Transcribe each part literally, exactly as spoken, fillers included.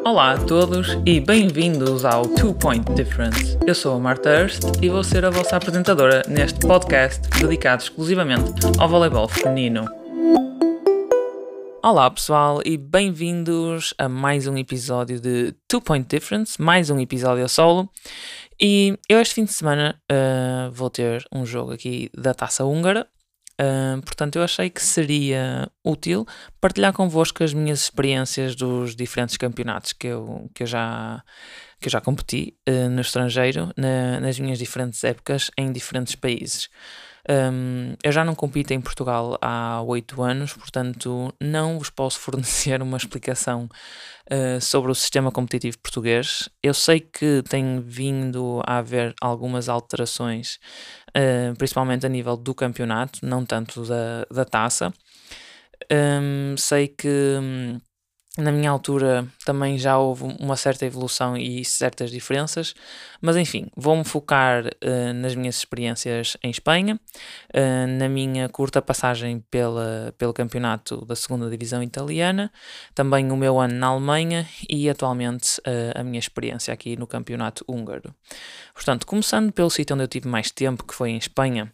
Olá a todos e bem-vindos ao Two Point Difference. Eu sou a Marta Hurst e vou ser a vossa apresentadora neste podcast dedicado exclusivamente ao voleibol feminino. Olá pessoal e bem-vindos a mais um episódio de Two Point Difference, mais um episódio a solo. E eu este fim de semana uh, vou ter um jogo aqui da Taça Húngara. Uh, portanto, eu achei que seria útil partilhar convosco as minhas experiências dos diferentes campeonatos que eu, que eu, já, que eu já competi uh, no estrangeiro, na, nas minhas diferentes épocas, em diferentes países. Um, eu já não compito em Portugal há oito anos, portanto não vos posso fornecer uma explicação uh, sobre o sistema competitivo português. Eu sei que tem vindo a haver algumas alterações, uh, principalmente a nível do campeonato, não tanto da, da taça. Um, sei que um, na minha altura também já houve uma certa evolução e certas diferenças, mas enfim, vou-me focar uh, nas minhas experiências em Espanha, uh, na minha curta passagem pela, pelo campeonato da segunda divisão italiana, também o meu ano na Alemanha e atualmente uh, a minha experiência aqui no campeonato húngaro. Portanto, começando pelo sítio onde eu tive mais tempo, que foi em Espanha.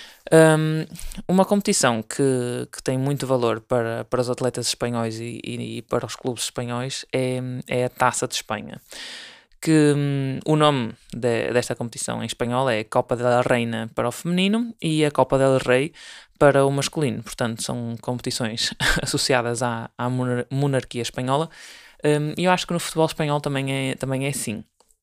Um, uma competição que, que tem muito valor para, para os atletas espanhóis e, e, e para os clubes espanhóis é, é a Taça de Espanha, que um, o nome de, desta competição em espanhol é Copa da Reina para o feminino e a Copa del Rei para o masculino. Portanto, são competições associadas à, à monarquia espanhola, um, e eu acho que no futebol espanhol também é, também é assim.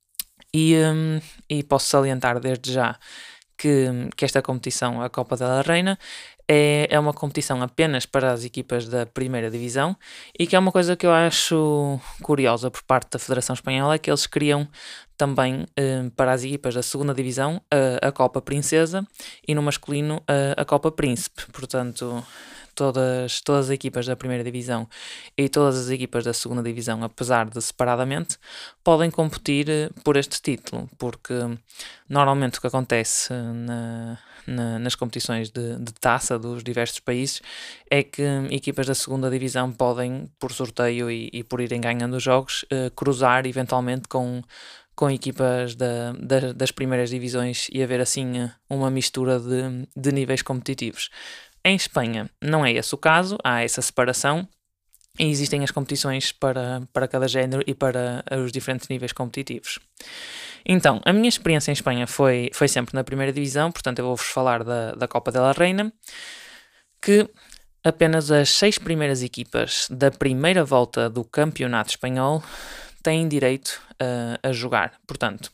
E, um, e posso salientar desde já Que, que esta competição, a Copa da Reina, é, é uma competição apenas para as equipas da primeira divisão e que é uma coisa que eu acho curiosa por parte da Federação Espanhola, é que eles criam também eh, para as equipas da segunda divisão a, a Copa Princesa e no masculino a, a Copa Príncipe. Portanto, todas, todas as equipas da primeira divisão e todas as equipas da segunda divisão, apesar de separadamente, podem competir por este título, porque normalmente o que acontece na, na, nas competições de, de taça dos diversos países é que equipas da segunda divisão podem, por sorteio e, e por irem ganhando os jogos, eh, cruzar eventualmente com com equipas da, da, das primeiras divisões e haver assim uma mistura de, de níveis competitivos. Em Espanha não é esse o caso, há essa separação e existem as competições para, para cada género e para os diferentes níveis competitivos. Então, a minha experiência em Espanha foi, foi sempre na primeira divisão, portanto eu vou-vos falar da, da Copa da Reina, que apenas as seis primeiras equipas da primeira volta do campeonato espanhol têm direito a, a jogar. Portanto,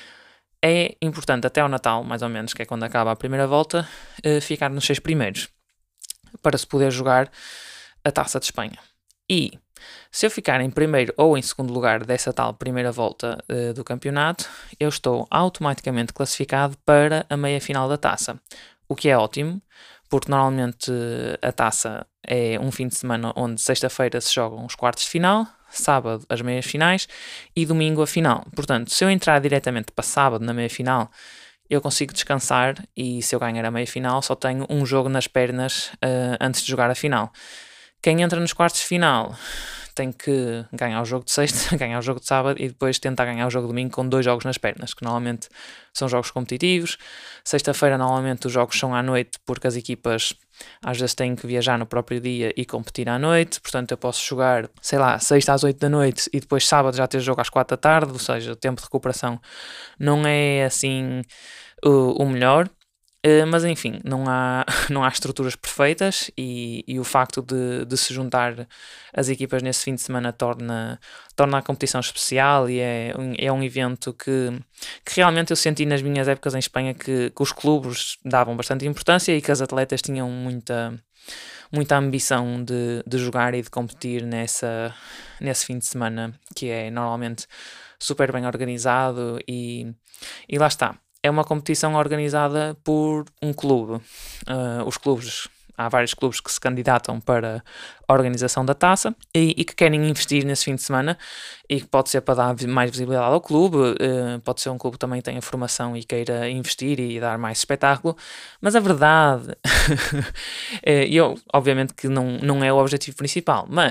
é importante até ao Natal, mais ou menos, que é quando acaba a primeira volta, ficar nos seis primeiros, para se poder jogar a Taça de Espanha. E se eu ficar em primeiro ou em segundo lugar dessa tal primeira volta uh, do campeonato, eu estou automaticamente classificado para a meia-final da Taça, o que é ótimo, porque normalmente a Taça é um fim de semana onde sexta-feira se jogam os quartos de final, sábado as meias finais e domingo a final. Portanto, se eu entrar diretamente para sábado na meia-final, eu consigo descansar e se eu ganhar a meia-final só tenho um jogo nas pernas uh, antes de jogar a final. Quem entra nos quartos de final tem que ganhar o jogo de sexta, ganhar o jogo de sábado e depois tentar ganhar o jogo de domingo com dois jogos nas pernas, que normalmente são jogos competitivos. Sexta-feira normalmente os jogos são à noite porque as equipas às vezes têm que viajar no próprio dia e competir à noite, portanto eu posso jogar, sei lá, sexta às oito da noite e depois sábado já ter jogo às quatro da tarde, ou seja, o tempo de recuperação não é assim o, o melhor. Uh, mas enfim, não há, não há estruturas perfeitas e, e o facto de, de se juntar as equipas nesse fim de semana torna, torna a competição especial e é um, é um evento que, que realmente eu senti nas minhas épocas em Espanha que, que os clubes davam bastante importância e que as atletas tinham muita, muita ambição de, de jogar e de competir nessa, nesse fim de semana, que é normalmente super bem organizado e, e lá está. É uma competição organizada por um clube. Uh, os clubes, há vários clubes que se candidatam para a organização da taça e, e que querem investir nesse fim de semana e que pode ser para dar mais visibilidade ao clube, uh, pode ser um clube que também tenha formação e queira investir e dar mais espetáculo, mas a verdade, eu, obviamente que não, não é o objetivo principal, mas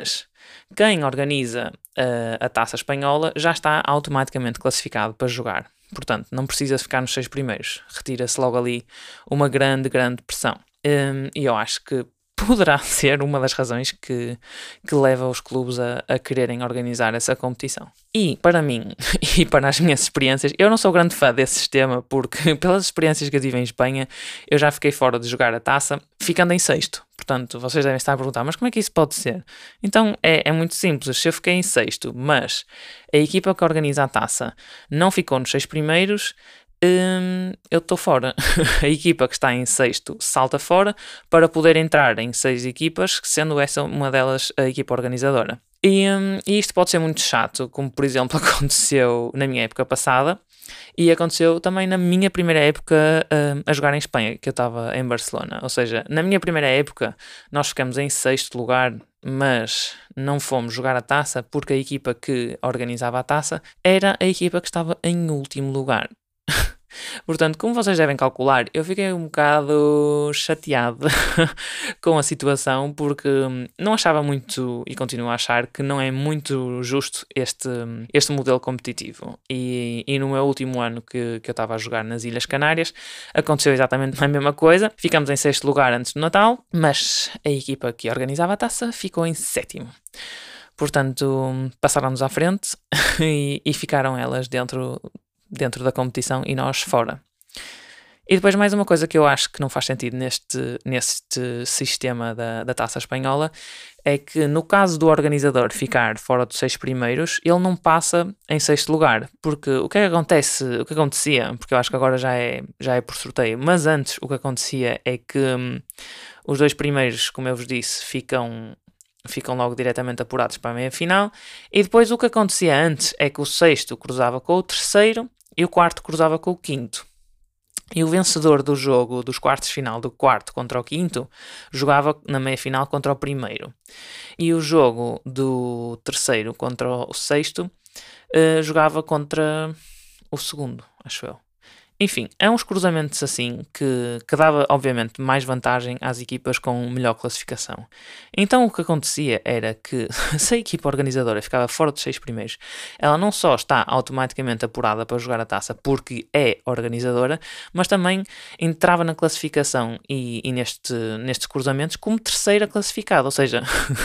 quem organiza uh, a Taça Espanhola já está automaticamente classificado para jogar. Portanto, não precisa ficar nos seis primeiros. Retira-se logo ali uma grande, grande pressão. Um, e eu acho que poderá ser uma das razões que, que leva os clubes a, a quererem organizar essa competição. E para mim, e para as minhas experiências, eu não sou grande fã desse sistema, porque pelas experiências que eu tive em Espanha, eu já fiquei fora de jogar a taça, ficando em sexto. Portanto, vocês devem estar a perguntar, mas como é que isso pode ser? Então, é, é muito simples. Se eu fiquei em sexto, mas a equipa que organiza a taça não ficou nos seis primeiros, Hum, eu estou fora. A equipa que está em sexto salta fora para poder entrar em seis equipas, sendo essa uma delas a equipa organizadora. E, hum, e isto pode ser muito chato, como por exemplo aconteceu na minha época passada e aconteceu também na minha primeira época hum, a jogar em Espanha, que eu estava em Barcelona. Ou seja, na minha primeira época nós ficamos em sexto lugar, mas não fomos jogar a taça porque a equipa que organizava a taça era a equipa que estava em último lugar. Portanto, como vocês devem calcular, eu fiquei um bocado chateado com a situação porque não achava muito, e continuo a achar, que não é muito justo este, este modelo competitivo. E, e no meu último ano que, que eu estava a jogar nas Ilhas Canárias, aconteceu exatamente a mesma coisa. Ficamos em sexto lugar antes do Natal, mas a equipa que organizava a taça ficou em sétimo. Portanto, passaram-nos à frente e, e ficaram elas dentro... dentro da competição e nós fora. E depois mais uma coisa que eu acho que não faz sentido neste, neste sistema da, da Taça Espanhola é que no caso do organizador ficar fora dos seis primeiros, ele não passa em sexto lugar, porque o que é que acontece, o que acontecia, porque eu acho que agora já é, já é por sorteio, mas antes o que acontecia é que hum, os dois primeiros, como eu vos disse, ficam... ficam logo diretamente apurados para a meia-final, e depois o que acontecia antes é que o sexto cruzava com o terceiro e o quarto cruzava com o quinto. E o vencedor do jogo dos quartos de final do quarto contra o quinto jogava na meia-final contra o primeiro. E o jogo do terceiro contra o sexto uh, jogava contra o segundo, acho eu. Enfim, é uns cruzamentos assim que, que dava, obviamente, mais vantagem às equipas com melhor classificação. Então o que acontecia era que se a equipa organizadora ficava fora dos seis primeiros, ela não só está automaticamente apurada para jogar a taça porque é organizadora, mas também entrava na classificação e, e neste, nestes cruzamentos como terceira classificada, ou seja...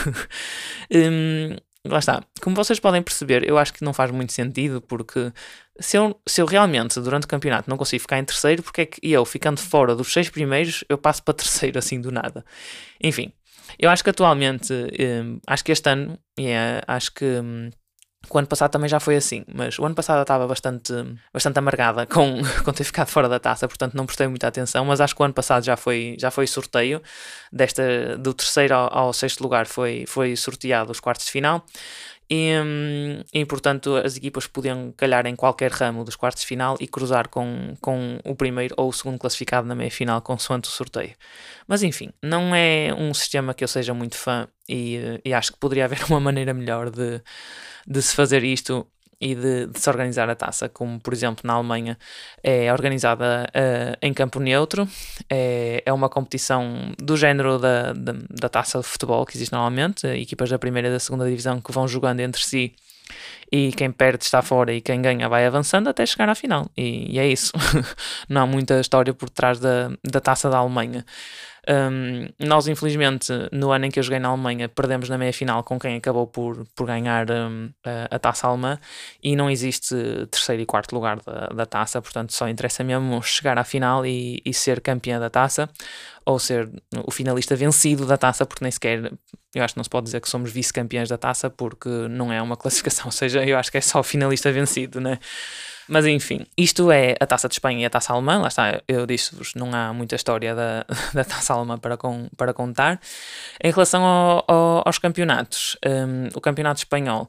hum, lá está, como vocês podem perceber, eu acho que não faz muito sentido, porque se eu, se eu realmente durante o campeonato não consigo ficar em terceiro, porque é que eu, ficando fora dos seis primeiros, eu passo para terceiro assim do nada? Enfim, eu acho que atualmente, hum, acho que este ano, yeah, acho que hum, o ano passado também já foi assim, mas o ano passado eu estava bastante, bastante amargada com, com ter ficado fora da taça, portanto não prestei muita atenção, mas acho que o ano passado já foi, já foi sorteio, desta, do terceiro ao, ao sexto lugar foi, foi sorteado os quartos de final, e, e portanto as equipas podiam calhar em qualquer ramo dos quartos de final e cruzar com, com o primeiro ou o segundo classificado na meia-final consoante o sorteio. Mas enfim, não é um sistema que eu seja muito fã e, e acho que poderia haver uma maneira melhor de de se fazer isto e de, de se organizar a taça, como por exemplo na Alemanha é organizada uh, em campo neutro, é, é uma competição do género da, da, da taça de futebol que existe normalmente, equipas da primeira e da segunda divisão que vão jogando entre si e quem perde está fora e quem ganha vai avançando até chegar à final, e, e é isso. Não há muita história por trás da, da taça da Alemanha. Um, nós infelizmente no ano em que eu joguei na Alemanha perdemos na meia-final com quem acabou por, por ganhar um, a, a taça alemã, e não existe terceiro e quarto lugar da, da taça, portanto só interessa mesmo chegar à final e, e ser campeã da taça, ou ser o finalista vencido da taça, porque nem sequer, eu acho que não se pode dizer que somos vice-campeões da taça porque não é uma classificação, ou seja, eu acho que é só o finalista vencido, né? Mas enfim, isto é a Taça de Espanha e a Taça Alemã. Lá está, eu disse-vos, não há muita história da, da Taça Alemã para, com, para contar. Em relação ao, ao, aos campeonatos, um, o campeonato espanhol,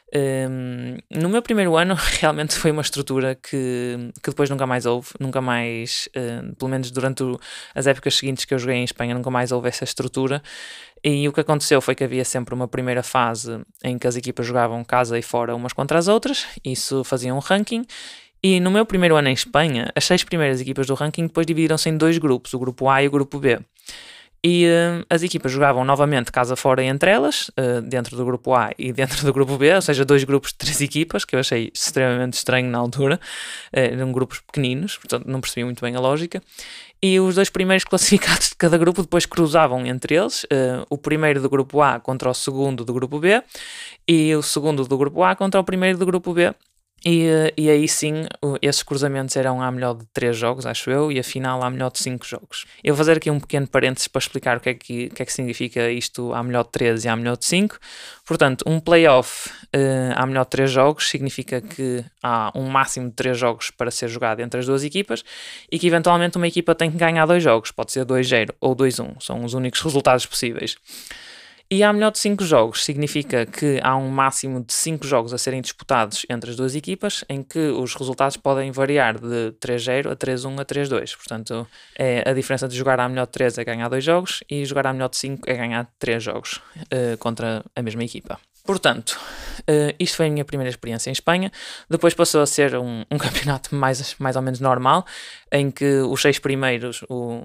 um, no meu primeiro ano realmente foi uma estrutura que, que depois nunca mais houve, nunca mais, um, pelo menos durante o, as épocas seguintes que eu joguei em Espanha, nunca mais houve essa estrutura. E o que aconteceu foi que havia sempre uma primeira fase em que as equipas jogavam casa e fora umas contra as outras, isso fazia um ranking, e no meu primeiro ano em Espanha, as seis primeiras equipas do ranking depois dividiram-se em dois grupos, o grupo A e o grupo B. E uh, as equipas jogavam novamente casa fora entre elas, uh, dentro do grupo A e dentro do grupo B, ou seja, dois grupos de três equipas, que eu achei extremamente estranho na altura. Uh, eram grupos pequeninos, portanto não percebi muito bem a lógica. E os dois primeiros classificados de cada grupo depois cruzavam entre eles, uh, o primeiro do grupo A contra o segundo do grupo B, e o segundo do grupo A contra o primeiro do grupo B. E, e aí sim, esses cruzamentos eram à melhor de três jogos, acho eu, e a final à melhor de cinco jogos. Eu vou fazer aqui um pequeno parênteses para explicar o que é que, o que, é que significa isto à melhor de três e à melhor de cinco. Portanto, um playoff uh, à melhor de três jogos significa que há um máximo de três jogos para ser jogado entre as duas equipas e que eventualmente uma equipa tem que ganhar dois jogos, pode ser dois zero ou dois um, são os únicos resultados possíveis. E à melhor de cinco jogos significa que há um máximo de cinco jogos a serem disputados entre as duas equipas, em que os resultados podem variar de três zero a três um a três dois. Portanto, é a diferença de jogar à melhor de três é ganhar dois jogos e jogar à melhor de cinco é ganhar três jogos uh, contra a mesma equipa. Portanto, uh, isto foi a minha primeira experiência em Espanha. Depois passou a ser um, um campeonato mais, mais ou menos normal, em que os seis primeiros, o,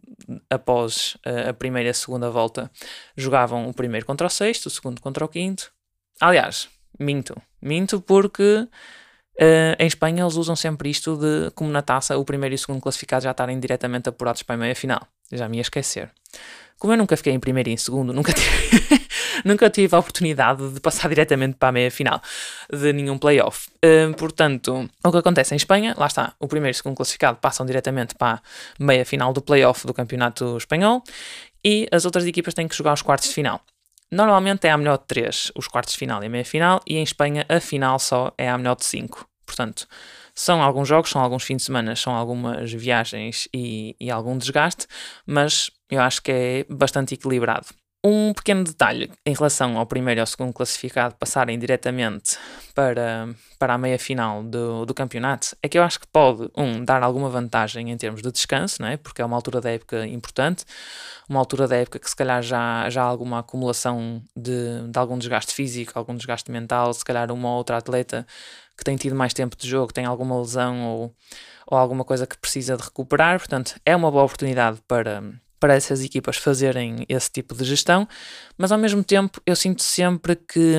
após uh, a primeira e a segunda volta, jogavam o primeiro contra o sexto, o segundo contra o quinto. Aliás, minto. Minto porque uh, em Espanha eles usam sempre isto de, como na taça, o primeiro e o segundo classificados já estarem diretamente apurados para a meia-final. Já me ia esquecer. Como eu nunca fiquei em primeiro e em segundo, nunca tive, nunca tive a oportunidade de passar diretamente para a meia-final de nenhum playoff. Uh, portanto, o que acontece em Espanha, lá está, o primeiro e o segundo classificado passam diretamente para a meia-final do playoff do campeonato espanhol e as outras equipas têm que jogar os quartos de final. Normalmente é a melhor de três, os quartos de final e a meia-final, e em Espanha a final só é a melhor de cinco. Portanto, são alguns jogos, são alguns fins de semana, são algumas viagens e, e algum desgaste, mas eu acho que é bastante equilibrado. Um pequeno detalhe em relação ao primeiro e ao segundo classificado passarem diretamente para, para a meia-final do, do campeonato é que eu acho que pode, um, dar alguma vantagem em termos de descanso, não é? Porque é uma altura da época importante, uma altura da época que se calhar já, já há alguma acumulação de, de algum desgaste físico, algum desgaste mental, se calhar uma ou outra atleta que tem tido mais tempo de jogo, tem alguma lesão ou, ou alguma coisa que precisa de recuperar, portanto é uma boa oportunidade para... para essas equipas fazerem esse tipo de gestão, mas ao mesmo tempo eu sinto sempre que,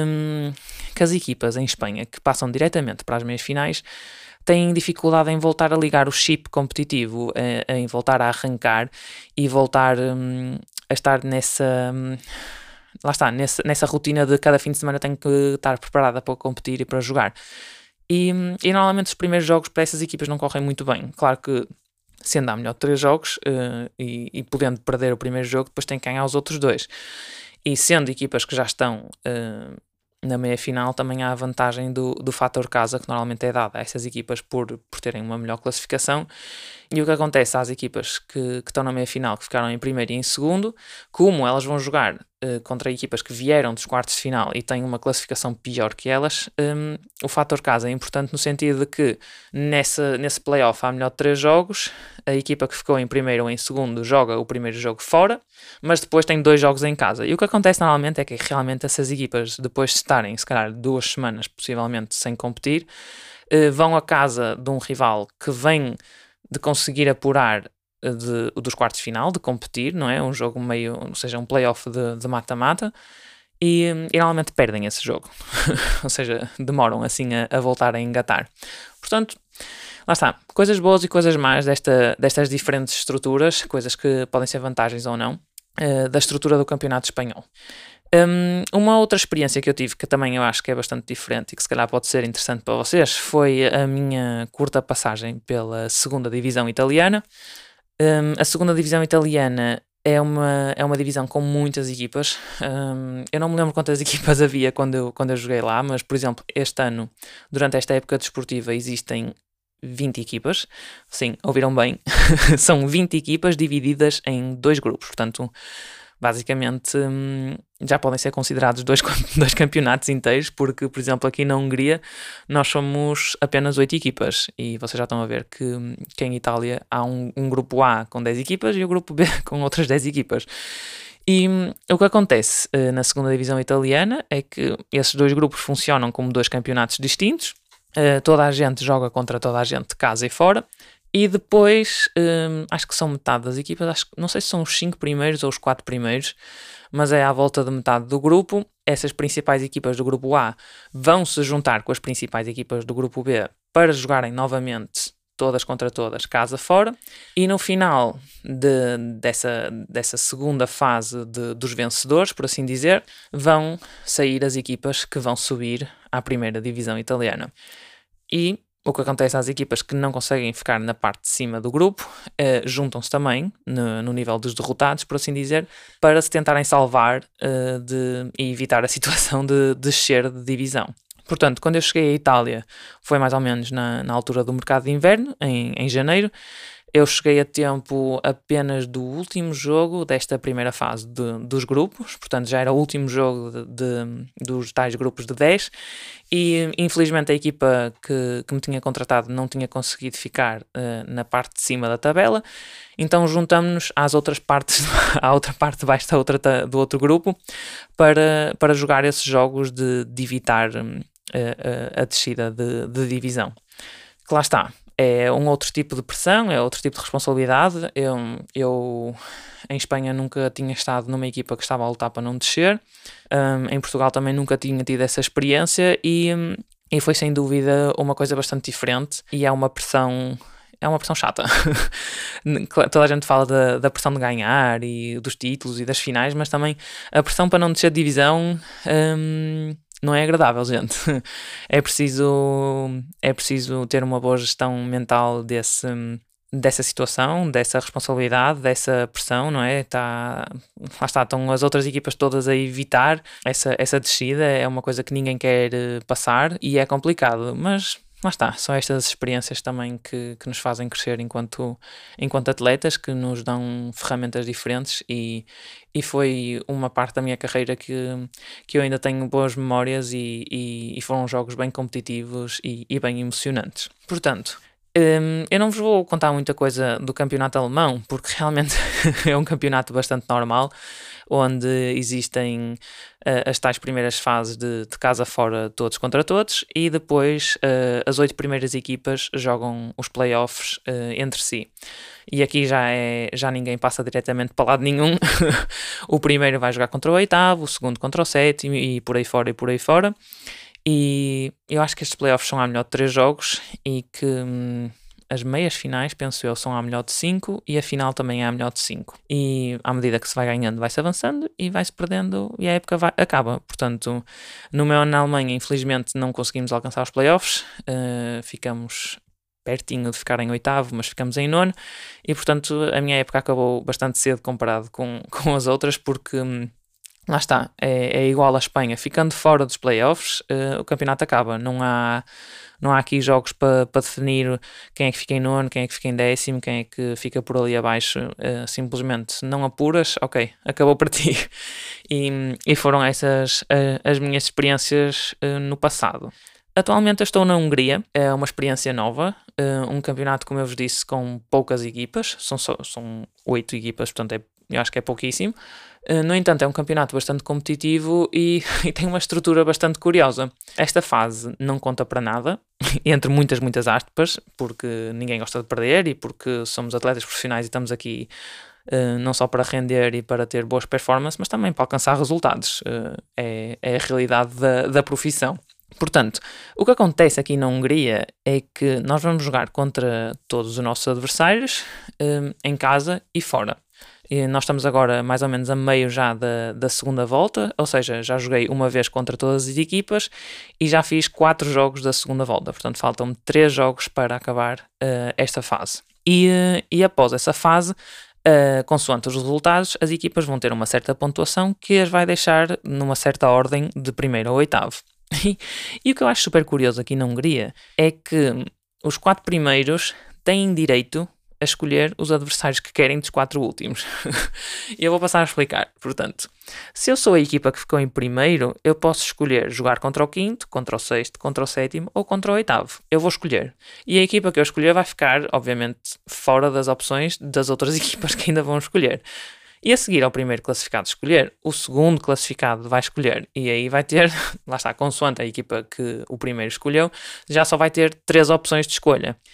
que as equipas em Espanha que passam diretamente para as meias finais têm dificuldade em voltar a ligar o chip competitivo, em voltar a arrancar e voltar hum, a estar nessa... Hum, lá está, nessa, nessa rotina de cada fim de semana tenho que estar preparada para competir e para jogar. E, e normalmente os primeiros jogos para essas equipas não correm muito bem. Claro que sendo a melhor de três jogos uh, e, e podendo perder o primeiro jogo, depois tem que ganhar os outros dois. E sendo equipas que já estão uh, na meia-final, também há a vantagem do, do fator casa, que normalmente é dado a essas equipas por, por terem uma melhor classificação. E o que acontece às equipas que, que estão na meia-final, que ficaram em primeiro e em segundo, como elas vão jogar uh, contra equipas que vieram dos quartos de final e têm uma classificação pior que elas, um, o fator casa é importante no sentido de que nessa, nesse playoff há melhor de três jogos, a equipa que ficou em primeiro ou em segundo joga o primeiro jogo fora, mas depois tem dois jogos em casa. E o que acontece normalmente é que realmente essas equipas, depois de estarem, se calhar, duas semanas possivelmente sem competir, uh, vão à casa de um rival que vem de conseguir apurar de, dos quartos de final, de competir, não é? Um jogo meio, ou seja, um playoff de, de mata-mata, e, e normalmente perdem esse jogo. Ou seja, demoram assim a, a voltar a engatar. Portanto, lá está, coisas boas e coisas más desta, destas diferentes estruturas, coisas que podem ser vantagens ou não, uh, da estrutura do campeonato espanhol. Um, uma outra experiência que eu tive, que também eu acho que é bastante diferente e que se calhar pode ser interessante para vocês, foi a minha curta passagem pela segunda divisão italiana. Um, a segunda divisão italiana é uma, é uma divisão com muitas equipas. Um, eu não me lembro quantas equipas havia quando eu, quando eu joguei lá, mas, por exemplo, este ano, durante esta época desportiva, existem vinte equipas. Sim, ouviram bem. São vinte equipas divididas em dois grupos, portanto... Basicamente, já podem ser considerados dois, dois campeonatos inteiros, porque, por exemplo, aqui na Hungria nós somos apenas oito equipas e vocês já estão a ver que, que em Itália há um, um grupo A com dez equipas e o grupo B com outras dez equipas. E o que acontece na segunda divisão italiana é que esses dois grupos funcionam como dois campeonatos distintos, toda a gente joga contra toda a gente, casa e fora, E depois, hum, acho que são metade das equipas, acho, não sei se são os cinco primeiros ou os quatro primeiros, mas é à volta de metade do grupo. Essas principais equipas do grupo A vão se juntar com as principais equipas do grupo B para jogarem novamente todas contra todas, casa fora, e no final de, dessa, dessa segunda fase de, dos vencedores, por assim dizer, vão sair as equipas que vão subir à primeira divisão italiana. E o que acontece às equipas que não conseguem ficar na parte de cima do grupo, eh, juntam-se também no, no nível dos derrotados, por assim dizer, para se tentarem salvar eh, de, e evitar a situação de descer de divisão. Portanto, quando eu cheguei à Itália, foi mais ou menos na, na altura do mercado de inverno, em, em janeiro. Eu cheguei a tempo apenas do último jogo desta primeira fase de, dos grupos, portanto já era o último jogo de, de, dos tais grupos de dez, e infelizmente a equipa que, que me tinha contratado não tinha conseguido ficar uh, na parte de cima da tabela, então juntamos-nos às outras partes, à outra parte de baixo da outra, do outro grupo, para, para jogar esses jogos de, de evitar um, a, a descida de, de divisão. Que lá está. É um outro tipo de pressão, é outro tipo de responsabilidade. Eu, eu em Espanha nunca tinha estado numa equipa que estava a lutar para não descer. Um, em Portugal também nunca tinha tido essa experiência e, e foi sem dúvida uma coisa bastante diferente e é uma pressão... É uma pressão chata. Toda a gente fala da, da pressão de ganhar e dos títulos e das finais, mas também a pressão para não descer de divisão... Um, não é agradável, gente. É preciso, é preciso ter uma boa gestão mental desse, dessa situação, dessa responsabilidade, dessa pressão, não é? Tá, lá está, estão as outras equipas todas a evitar essa, essa descida, é uma coisa que ninguém quer passar e é complicado, mas... Lá está, são estas experiências também que, que nos fazem crescer enquanto, enquanto atletas, que nos dão ferramentas diferentes e, e foi uma parte da minha carreira que, que eu ainda tenho boas memórias e, e, e foram jogos bem competitivos e, e bem emocionantes. Portanto, hum, eu não vos vou contar muita coisa do campeonato alemão, porque realmente é um campeonato bastante normal, onde existem uh, as tais primeiras fases de, de casa fora todos contra todos e depois uh, as oito primeiras equipas jogam os playoffs uh, entre si. E aqui já, é, já ninguém passa diretamente para lado nenhum. O primeiro vai jogar contra o oitavo, o segundo contra o sétimo e por aí fora e por aí fora. E eu acho que estes playoffs são a melhor de três jogos e que... Hum, as meias finais, penso eu, são a melhor de cinco e a final também é a melhor de cinco. E à medida que se vai ganhando, vai-se avançando e vai-se perdendo e a época vai, acaba. Portanto, no meu ano na Alemanha, infelizmente, não conseguimos alcançar os playoffs. Uh, ficamos pertinho de ficar em oitavo, mas ficamos em nono. E, portanto, a minha época acabou bastante cedo comparado com, com as outras, porque... Hum, lá está, é, é igual à Espanha. Ficando fora dos playoffs, uh, o campeonato acaba. Não há, não há aqui jogos para pa definir quem é que fica em nono, quem é que fica em décimo, quem é que fica por ali abaixo. Uh, simplesmente não apuras, ok, acabou para ti. E, e foram essas uh, as minhas experiências uh, no passado. Atualmente eu estou na Hungria, é uma experiência nova, uh, um campeonato, como eu vos disse, com poucas equipas, são, só, são oito equipas, portanto é, eu acho que é pouquíssimo. Uh, no entanto, é um campeonato bastante competitivo e, e tem uma estrutura bastante curiosa. Esta fase não conta para nada, entre muitas, muitas aspas, porque ninguém gosta de perder e porque somos atletas profissionais e estamos aqui uh, não só para render e para ter boas performances, mas também para alcançar resultados. Uh, é, é a realidade da, da profissão. Portanto, o que acontece aqui na Hungria é que nós vamos jogar contra todos os nossos adversários um, em casa e fora. E nós estamos agora mais ou menos a meio já da, da segunda volta, ou seja, já joguei uma vez contra todas as equipas e já fiz quatro jogos da segunda volta. Portanto, faltam-me três jogos para acabar uh, esta fase. E, uh, e após essa fase, uh, consoante os resultados, as equipas vão ter uma certa pontuação que as vai deixar numa certa ordem de primeiro a oitavo. E o que eu acho super curioso aqui na Hungria é que os quatro primeiros têm direito a escolher os adversários que querem dos quatro últimos. E eu vou passar a explicar. Portanto, se eu sou a equipa que ficou em primeiro, eu posso escolher jogar contra o quinto, contra o sexto, contra o sétimo ou contra o oitavo. Eu vou escolher. E a equipa que eu escolher vai ficar, obviamente, fora das opções das outras equipas que ainda vão escolher. E a seguir ao primeiro classificado escolher, o segundo classificado vai escolher. E aí vai ter, lá está, consoante a equipa que o primeiro escolheu, já só vai ter três opções de escolha.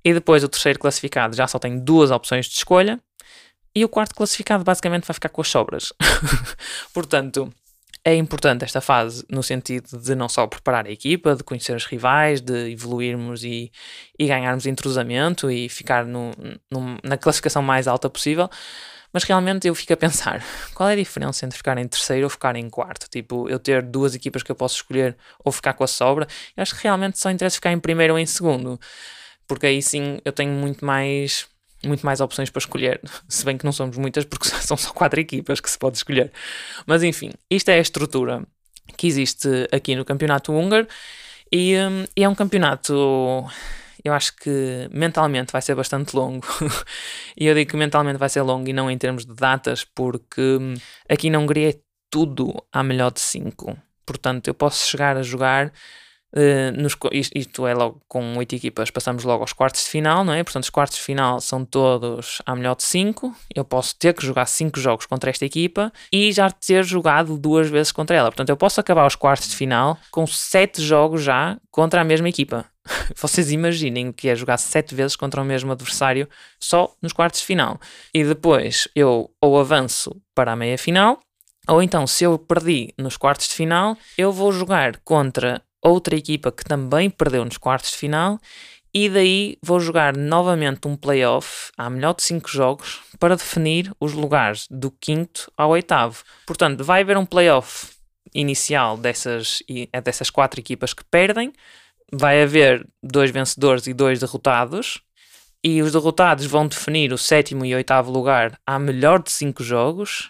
e depois o terceiro classificado já só tem duas opções de escolha, e o quarto classificado basicamente vai ficar com as sobras. Portanto, é importante esta fase no sentido de não só preparar a equipa, de conhecer os rivais, de evoluirmos e, e ganharmos entrosamento e ficar no, no, na classificação mais alta possível, mas realmente eu fico a pensar, qual é a diferença entre ficar em terceiro ou ficar em quarto? Tipo, eu ter duas equipas que eu posso escolher ou ficar com a sobra? Eu acho que realmente só interessa ficar em primeiro ou em segundo, porque aí sim eu tenho muito mais... muito mais opções para escolher, se bem que não somos muitas porque são só quatro equipas que se pode escolher. Mas enfim, isto é a estrutura que existe aqui no campeonato húngaro e, um, e é um campeonato, eu acho que mentalmente vai ser bastante longo. E eu digo que mentalmente vai ser longo e não em termos de datas, porque um, aqui na Hungria é tudo à melhor de cinco. Portanto, eu posso chegar a jogar... Uh, nos, isto é logo com oito equipas, passamos logo aos quartos de final, não é? Portanto, os quartos de final são todos à melhor de cinco. Eu posso ter que jogar cinco jogos contra esta equipa e já ter jogado duas vezes contra ela. Portanto, eu posso acabar os quartos de final com sete jogos já contra a mesma equipa. Vocês imaginem o que é jogar sete vezes contra o mesmo adversário só nos quartos de final. E depois eu ou avanço para a meia final, ou então, se eu perdi nos quartos de final, eu vou jogar contra outra equipa que também perdeu nos quartos de final e daí vou jogar novamente um play-off à melhor de cinco jogos para definir os lugares do quinto ao oitavo. Portanto, vai haver um play-off inicial dessas, dessas quatro equipas que perdem, vai haver dois vencedores e dois derrotados e os derrotados vão definir o sétimo e oitavo lugar à melhor de cinco jogos.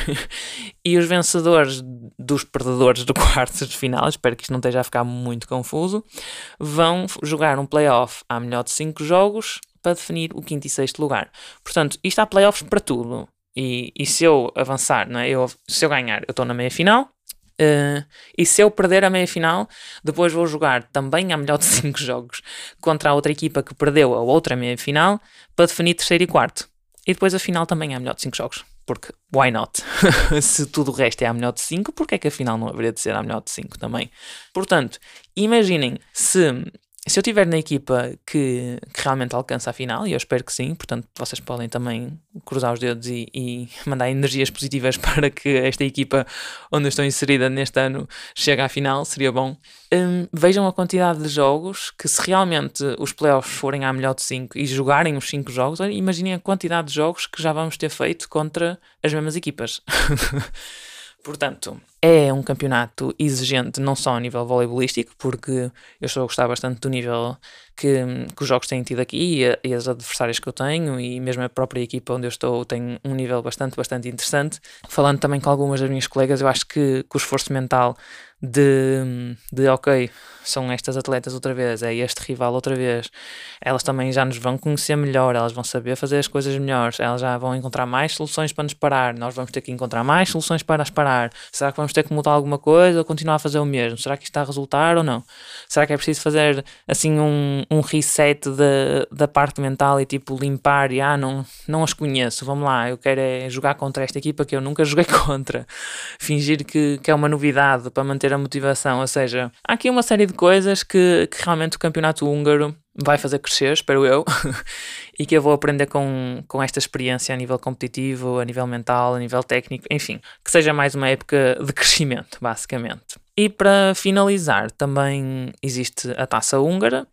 E os vencedores dos perdedores do quarto de final, espero que isto não esteja a ficar muito confuso, vão jogar um play-off à melhor de cinco jogos para definir o quinto e sexto lugar. Portanto, isto há play-offs para tudo. E, e se eu avançar, não é? eu, se eu ganhar, eu estou na meia-final. Uh, e se eu perder a meia-final, depois vou jogar também à melhor de cinco jogos contra a outra equipa que perdeu a outra meia-final para definir terceiro e quarto. E depois a final também é a melhor de cinco jogos. Porque, why not? Se tudo o resto é a melhor de cinco, porque é que a final não haveria de ser a melhor de cinco também? Portanto, imaginem, se, se eu estiver na equipa que, que realmente alcança a final, e eu espero que sim, portanto, vocês podem também cruzar os dedos e, e mandar energias positivas para que esta equipa onde eu estou inserida neste ano chegue à final, seria bom. Um, vejam a quantidade de jogos que, se realmente os playoffs forem à melhor de cinco e jogarem os cinco jogos, imaginem a quantidade de jogos que já vamos ter feito contra as mesmas equipas. Portanto, é um campeonato exigente não só a nível voleibolístico, porque eu estou a gostar bastante do nível que, que os jogos têm tido aqui e, a, e as adversárias que eu tenho, e mesmo a própria equipa onde eu estou tem um nível bastante, bastante interessante. Falando também com algumas das minhas colegas, eu acho que, que o esforço mental de, de ok, são estas atletas outra vez, é este rival outra vez, elas também já nos vão conhecer melhor, elas vão saber fazer as coisas melhores, elas já vão encontrar mais soluções para nos parar, nós vamos ter que encontrar mais soluções para as parar. Será que vamos ter que mudar alguma coisa ou continuar a fazer o mesmo? Será que isto está a resultar ou não? Será que é preciso fazer assim um, um reset da, da parte mental e tipo limpar e ah, não, não as conheço, vamos lá, eu quero é jogar contra esta equipa que eu nunca joguei contra, fingir que, que é uma novidade para manter a motivação. Ou seja, há aqui uma série de coisas que, que realmente o campeonato húngaro vai fazer crescer, espero eu, e que eu vou aprender com, com esta experiência a nível competitivo, a nível mental, a nível técnico, enfim, que seja mais uma época de crescimento, basicamente. E para finalizar, também existe a Taça Húngara,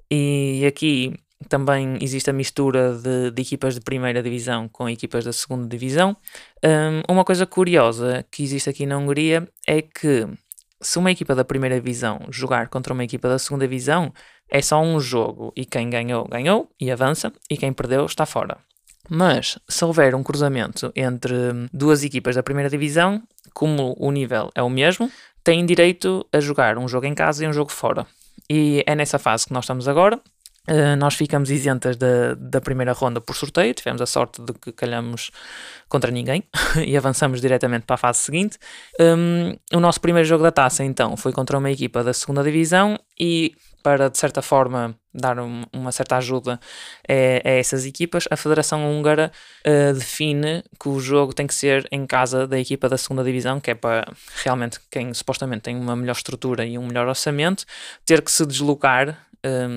e aqui também existe a mistura de, de equipas de primeira divisão com equipas da segunda divisão. Um, uma coisa curiosa que existe aqui na Hungria é que se uma equipa da primeira divisão jogar contra uma equipa da segunda divisão, é só um jogo e quem ganhou, ganhou e avança, e quem perdeu está fora. Mas se houver um cruzamento entre duas equipas da primeira divisão, como o nível é o mesmo, têm direito a jogar um jogo em casa e um jogo fora. E é nessa fase que nós estamos agora. Uh, nós ficamos isentas da, da primeira ronda por sorteio, tivemos a sorte de que calhamos contra ninguém e avançamos diretamente para a fase seguinte. Um, o nosso primeiro jogo da taça, então, foi contra uma equipa da segunda divisão e, para, de certa forma, dar um, uma certa ajuda a, a essas equipas, a Federação Húngara uh, define que o jogo tem que ser em casa da equipa da segunda divisão, que é para realmente quem supostamente tem uma melhor estrutura e um melhor orçamento, ter que se deslocar um,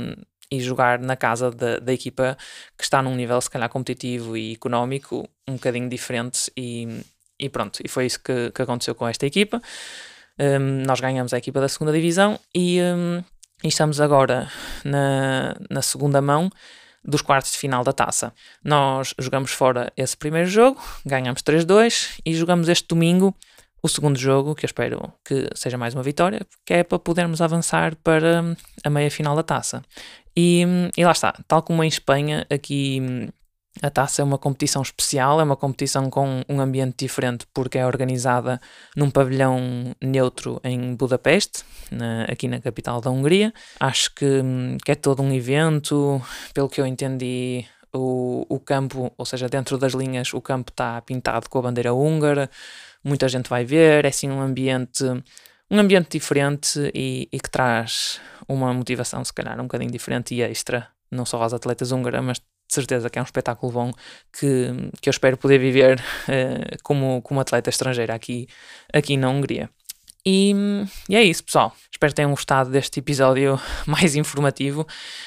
e jogar na casa da, da equipa que está num nível se calhar competitivo e económico um bocadinho diferente e, e pronto, e foi isso que, que aconteceu com esta equipa. Um, nós ganhamos a equipa da segunda divisão e, um, e estamos agora na, na segunda mão dos quartos de final da taça. Nós jogamos fora esse primeiro jogo, ganhamos três dois e jogamos este domingo o segundo jogo, que eu espero que seja mais uma vitória, que é para podermos avançar para a meia final da taça. E, e lá está, tal como em Espanha, aqui a taça é uma competição especial, é uma competição com um ambiente diferente porque é organizada num pavilhão neutro em Budapeste, na, aqui na capital da Hungria. Acho que, que é todo um evento, pelo que eu entendi. O, o campo, ou seja, dentro das linhas, o campo está pintado com a bandeira húngara, muita gente vai ver, é assim um ambiente, um ambiente diferente e, e que traz uma motivação, se calhar, um bocadinho diferente e extra, não só aos atletas húngaros, mas de certeza que é um espetáculo bom que, que eu espero poder viver uh, como, como atleta estrangeiro aqui, aqui na Hungria. E, e é isso, pessoal. Espero que tenham gostado deste episódio mais informativo.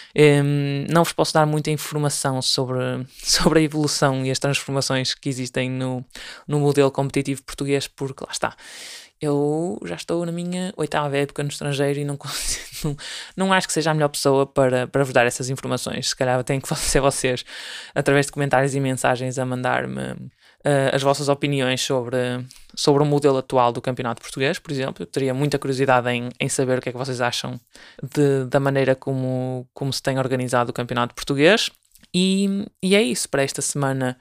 Um, não vos posso dar muita informação sobre, sobre a evolução e as transformações que existem no, no modelo competitivo português, porque lá está. Eu já estou na minha oitava época no estrangeiro e não, consigo, não, não acho que seja a melhor pessoa para, para vos dar essas informações. Se calhar têm que ser vocês, através de comentários e mensagens, a mandar-me uh, as vossas opiniões sobre, sobre o modelo atual do campeonato português, por exemplo. Eu teria muita curiosidade em, em saber o que é que vocês acham de, da maneira como, como se tem organizado o campeonato português. E, e é isso, para esta semana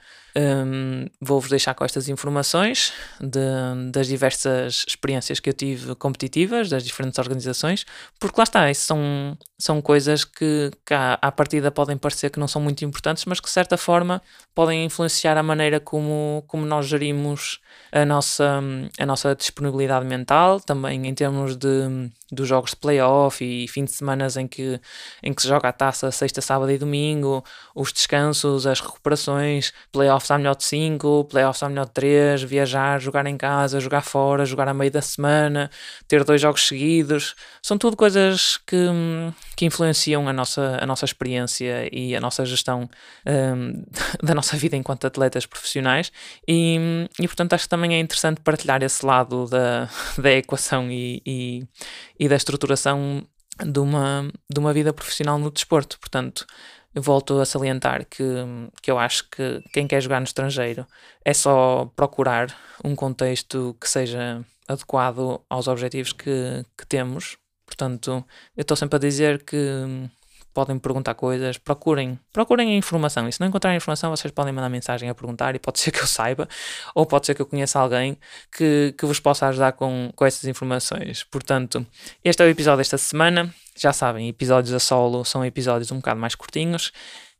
um, vou-vos deixar com estas informações de, das diversas experiências que eu tive competitivas, das diferentes organizações, porque lá está, isso são, são coisas que, que à, à partida podem parecer que não são muito importantes, mas que de certa forma podem influenciar a maneira como, como nós gerimos a nossa, a nossa disponibilidade mental, também em termos de dos jogos de play-off e fim de semana em que, em que se joga a taça sexta, sábado e domingo, os descansos, as recuperações, play-offs à melhor de cinco, play-offs à melhor de três, viajar, jogar em casa, jogar fora, jogar a meio da semana, ter dois jogos seguidos, são tudo coisas que, que influenciam a nossa, a nossa experiência e a nossa gestão um, da nossa vida enquanto atletas profissionais e, e portanto acho que também é interessante partilhar esse lado da, da equação e, e e da estruturação de uma, de uma vida profissional no desporto. Portanto, eu volto a salientar que, que eu acho que quem quer jogar no estrangeiro é só procurar um contexto que seja adequado aos objetivos que, que temos. Portanto, eu estou sempre a dizer que podem perguntar coisas, procurem, procurem a informação, e se não encontrarem informação vocês podem mandar mensagem a perguntar e pode ser que eu saiba, ou pode ser que eu conheça alguém que, que vos possa ajudar com, com essas informações. Portanto, este é o episódio desta semana. Já sabem, episódios a solo são episódios um bocado mais curtinhos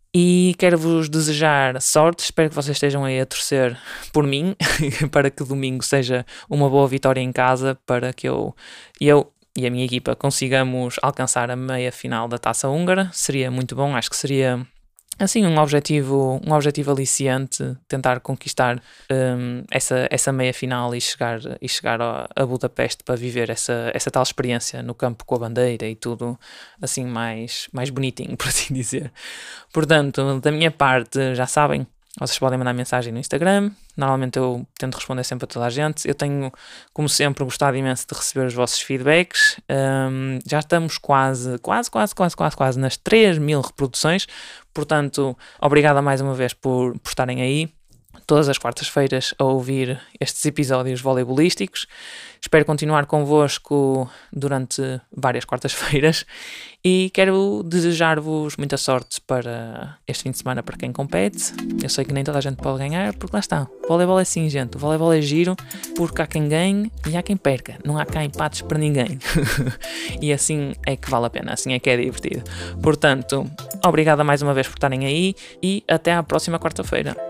e quero-vos desejar sorte, espero que vocês estejam aí a torcer por mim, para que domingo seja uma boa vitória em casa, para que eu... eu e a minha equipa consigamos alcançar a meia final da Taça Húngara. Seria muito bom, acho que seria assim um objetivo, um objetivo aliciante, tentar conquistar um, essa, essa meia final e chegar, e chegar a, a Budapeste para viver essa, essa tal experiência no campo com a bandeira e tudo assim mais, mais bonitinho, por assim dizer. Portanto, da minha parte, já sabem, vocês podem mandar mensagem no Instagram. Normalmente eu tento responder sempre a toda a gente. Eu tenho, como sempre, gostado imenso de receber os vossos feedbacks. Um, já estamos quase, quase, quase, quase, quase, quase nas três mil reproduções. Portanto, obrigado mais uma vez por, por estarem aí todas as quartas-feiras a ouvir estes episódios voleibolísticos. Espero continuar convosco durante várias quartas-feiras e quero desejar-vos muita sorte para este fim de semana para quem compete. Eu sei que nem toda a gente pode ganhar, porque lá está, o voleibol é assim, gente, o voleibol é giro, porque há quem ganhe e há quem perca, não há cá empates para ninguém. E assim é que vale a pena, assim é que é divertido. Portanto, obrigado mais uma vez por estarem aí e até à próxima quarta-feira.